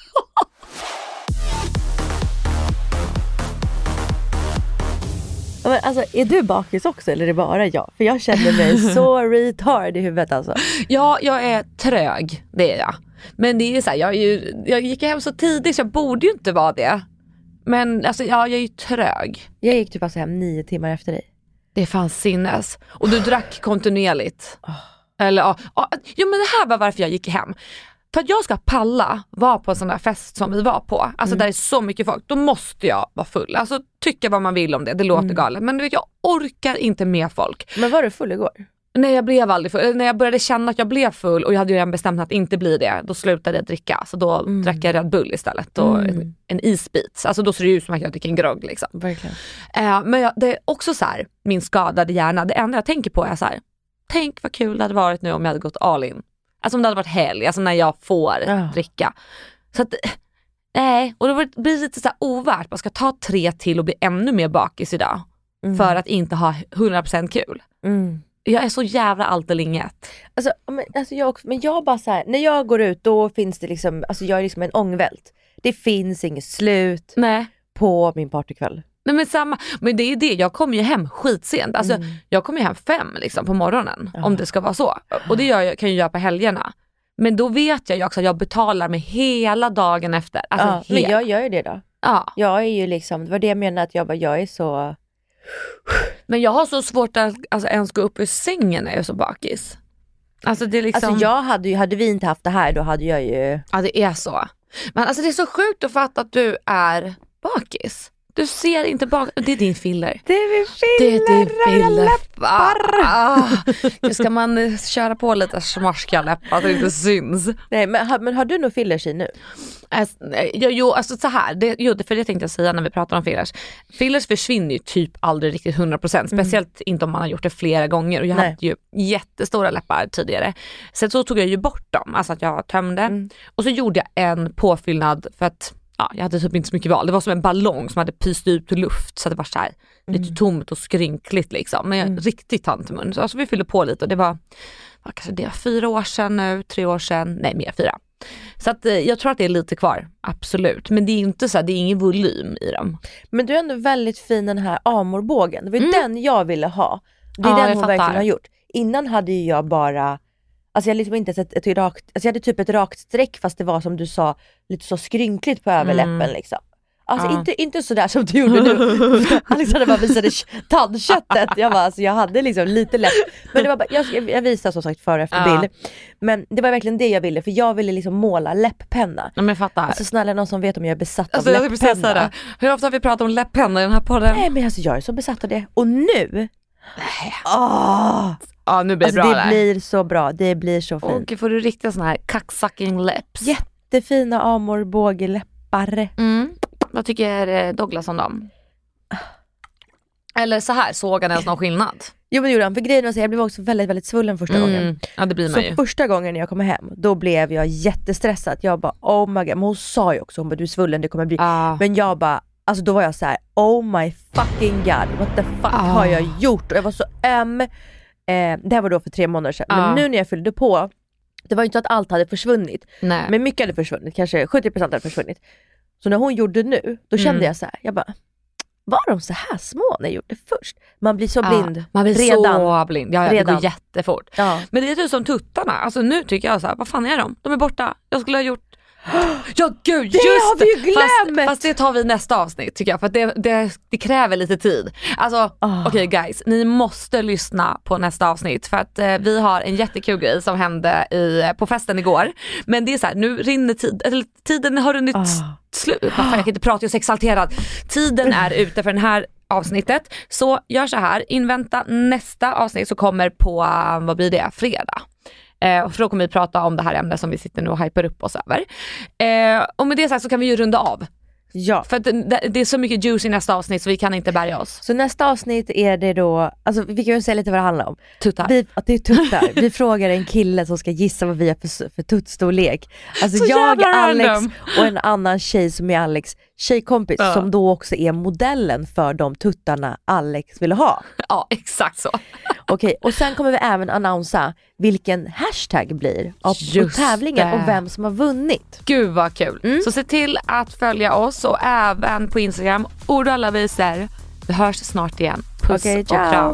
Men alltså, är du bakis också eller är det bara jag? För jag känner mig så retard i huvudet alltså. Ja, jag är trög, det är jag. Men det är så här, jag, är ju, jag gick hem så tidigt så jag borde ju inte vara det. Men alltså, ja, jag är ju trög. Jag gick typ alltså hem nio timmar efter dig. Det fanns sinnes. Och du drack kontinuerligt. Oh. Eller ja, ja, men det här var varför jag gick hem. För att jag ska palla vara på en sån där fest som vi var på. Alltså mm. där är så mycket folk. Då måste jag vara full. Alltså tycka vad man vill om det. Det låter mm. galet. Men du vet, jag orkar inte med folk. Men var du full igår? Nej, jag blev aldrig full. När jag började känna att jag blev full och jag hade ju redan bestämt att inte bli det, då slutade jag dricka. Så då mm. drack jag Red Bull istället och mm. en, en isbit. Alltså då ser det ut som att jag dricker en grogg liksom. Verkligen. Eh, men jag, det är också så här, min skadade hjärna. Det enda jag tänker på är så här, tänk vad kul det hade varit nu om jag hade gått all in. Alltså om det hade varit helg, alltså när jag får ja. dricka. Så att, nej, och då blir det lite så här ovärt. Man ska ta tre till och bli ännu mer bakis idag. Mm. För att inte ha hundra procent kul. Mm. Jag är så jävla allt eller inget. Alltså, men, alltså jag också, men jag bara så här, när jag går ut då finns det liksom, alltså jag är liksom en ångvält. Det finns inget slut Nej. på min partykväll. Nej men samma, men det är ju det, jag kommer ju hem skitsent. Alltså mm. jag kommer ju hem fem liksom på morgonen ja. om det ska vara så. Och det gör jag, kan jag göra på helgerna. Men då vet jag ju också att jag betalar mig hela dagen efter. Alltså ja, hela. Men jag gör ju det då. Ja. Jag är ju liksom, det var det jag menade att jag bara, jag är så... Men jag har så svårt att alltså, ens gå upp ur sängen när jag är så bakis. Alltså det är liksom... Alltså jag hade ju, hade vi inte haft det här då hade jag ju... Ja det är så. Men alltså det är så sjukt att fatta att du är bakis. Du ser inte bak... Det är din filler. Det är min filler. Det är din filler. Ah, ska man köra på lite smarska läppar att det inte syns. Nej, men har, men har du nog fillers i nu? Alltså, jo, alltså så här. Det, jo, det för det tänkte jag säga när vi pratar om fillers. Fillers försvinner ju typ aldrig riktigt hundra procent. Speciellt mm. inte om man har gjort det flera gånger. Och jag Nej. hade ju jättestora läppar tidigare. Sen så tog jag ju bort dem. Alltså att jag tömde. Mm. Och så gjorde jag en påfyllnad för att ja, jag hade typ inte så mycket val. Det var som en ballong som hade pyst ut luft så det var så här mm. lite tomt och skrynkligt liksom. Men jag, mm. riktigt tantmun. Så alltså, vi fyllde på lite och det var, var kanske det var fyra år sedan nu, tre år sedan, nej mer fyra. Så att, eh, jag tror att det är lite kvar, absolut. Men det är inte så här, det är ingen volym i dem. Men du är ändå väldigt fin den här amorbågen. Det var Mm. den jag ville ha. Det är Ja, den jag hon fattar. verkligen har gjort. Innan hade ju jag bara, alltså jag liksom inte ett, ett rakt, alltså jag hade typ ett rakt streck fast det var som du sa lite så skrynkligt på överläppen Mm. liksom. Alltså Ja. inte, inte sådär som du gjorde nu. Alexander bara visade tandköttet. Jag bara, alltså jag hade liksom lite lätt. Men det var bara, jag, jag visade som sagt före och efter Ja. bild. Men det var verkligen det jag ville. För jag ville liksom måla läpppenna. Ja, men jag fattar. Alltså snälla någon som vet om jag är besatt Alltså, av jag vill precis säga läpppenna. det. Hur ofta har vi pratat om läpppenna i den här podden? Nej men alltså jag är så besatt av det. Och nu, åh, Ja, nu blir det alltså bra det där. blir så bra. Det blir så fint. Och får du riktiga såna här cocksucking lips. Jättefina amorbågeläppar. Mm. Vad tycker eh, Douglas om dem? Eller så här, såg han ens någon skillnad? Jo men det gjorde han. För grejen var att jag blev också väldigt väldigt svullen första gången. Mm. Ja, det blir man Så ju. första gången när jag kom hem, då blev jag jättestressad. Jag bara oh my god, men hon sa ju också, hon bara du är svullen, det kommer bli. Ah. Men jag bara, alltså då var jag så här: oh my fucking god, what the fuck Ah. har jag gjort? Och jag var så öm. Eh, det här var då för tre månader sedan. Ah. Men nu när jag fyllde på, det var ju inte att allt hade försvunnit. Nej. Men mycket hade försvunnit, kanske sjuttio procent hade försvunnit. Så när hon gjorde nu, då kände Mm. jag så här, jag bara, var de så här små när jag gjorde först? Man blir så Ja, blind. man blir redan. så blind. Ja, ja, det Redan. går jättefort. Ja. Men det är typ som tuttarna. Alltså nu tycker jag så här, vad fan är de? De är borta. Jag skulle ha gjort... Ja gud, just har vi ju glömt! Fast, fast det tar vi i nästa avsnitt tycker jag. För att det, det, det kräver lite tid. Alltså Ah. okej guys, ni måste lyssna på nästa avsnitt. För att eh, vi har en jättekul grej som hände i, på festen igår. Men det är så här, nu rinner tid, eller, tiden har runnit Ah. slut. Vad fan, jag kan inte prata, jag är så exalterad. Tiden är ute för den här avsnittet. Så gör så här, invänta nästa avsnitt så kommer på, vad blir det, fredag. Eh, för då kommer vi prata om det här ämnet som vi sitter nu och hyper upp oss över. Eh, och med det sagt så kan vi ju runda av. Ja. För att det, det är så mycket juice i nästa avsnitt så vi kan inte bärga oss. Så nästa avsnitt är det då, alltså vi kan ju säga lite vad det handlar om. Tuttar. Vi, att det är tuttar. Vi frågar en kille som ska gissa vad vi har för, för tuttstorlek. Alltså Så jag, jävla Alex random. och en annan tjej som är Alex tjejkompis Ja. som då också är modellen för de tuttarna Alex ville ha. Ja, exakt så. Okej, och sen kommer vi även annonsa vilken hashtag blir av på Just tävlingen det. och vem som har vunnit. Gud vad kul. Mm. Så se till att följa oss och även på Instagram. Ord och alla visar. Vi hörs snart igen. Puss Okej, och ciao. kram.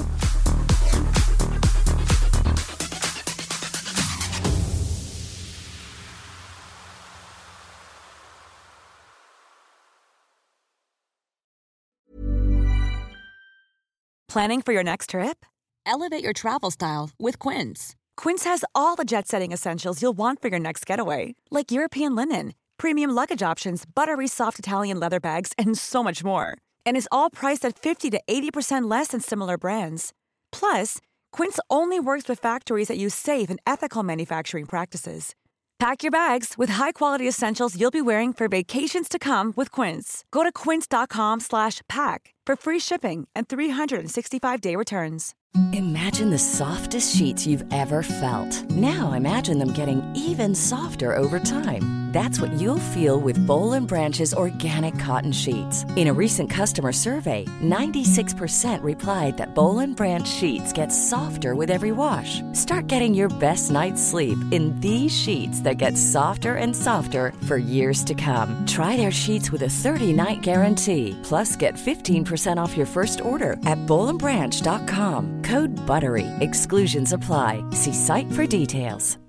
Planning for your next trip? Elevate your travel style with Quince. Quince has all the jet-setting essentials you'll want for your next getaway, like European linen, premium luggage options, buttery soft Italian leather bags, and so much more. And is all priced at fifty to eighty percent less than similar brands. Plus, Quince only works with factories that use safe and ethical manufacturing practices. Pack your bags with high-quality essentials you'll be wearing for vacations to come with Quince. Go to quince.com slash pack for free shipping and three sixty-five day returns. Imagine the softest sheets you've ever felt. Now imagine them getting even softer over time. That's what you'll feel with Bowl and Branch's organic cotton sheets. In a recent customer survey, ninety-six percent replied that Bowl and Branch sheets get softer with every wash. Start getting your best night's sleep in these sheets that get softer and softer for years to come. Try their sheets with a thirty-night guarantee. Plus, get fifteen percent off your first order at bowl and branch dot com. Code BUTTERY. Exclusions apply. See site for details.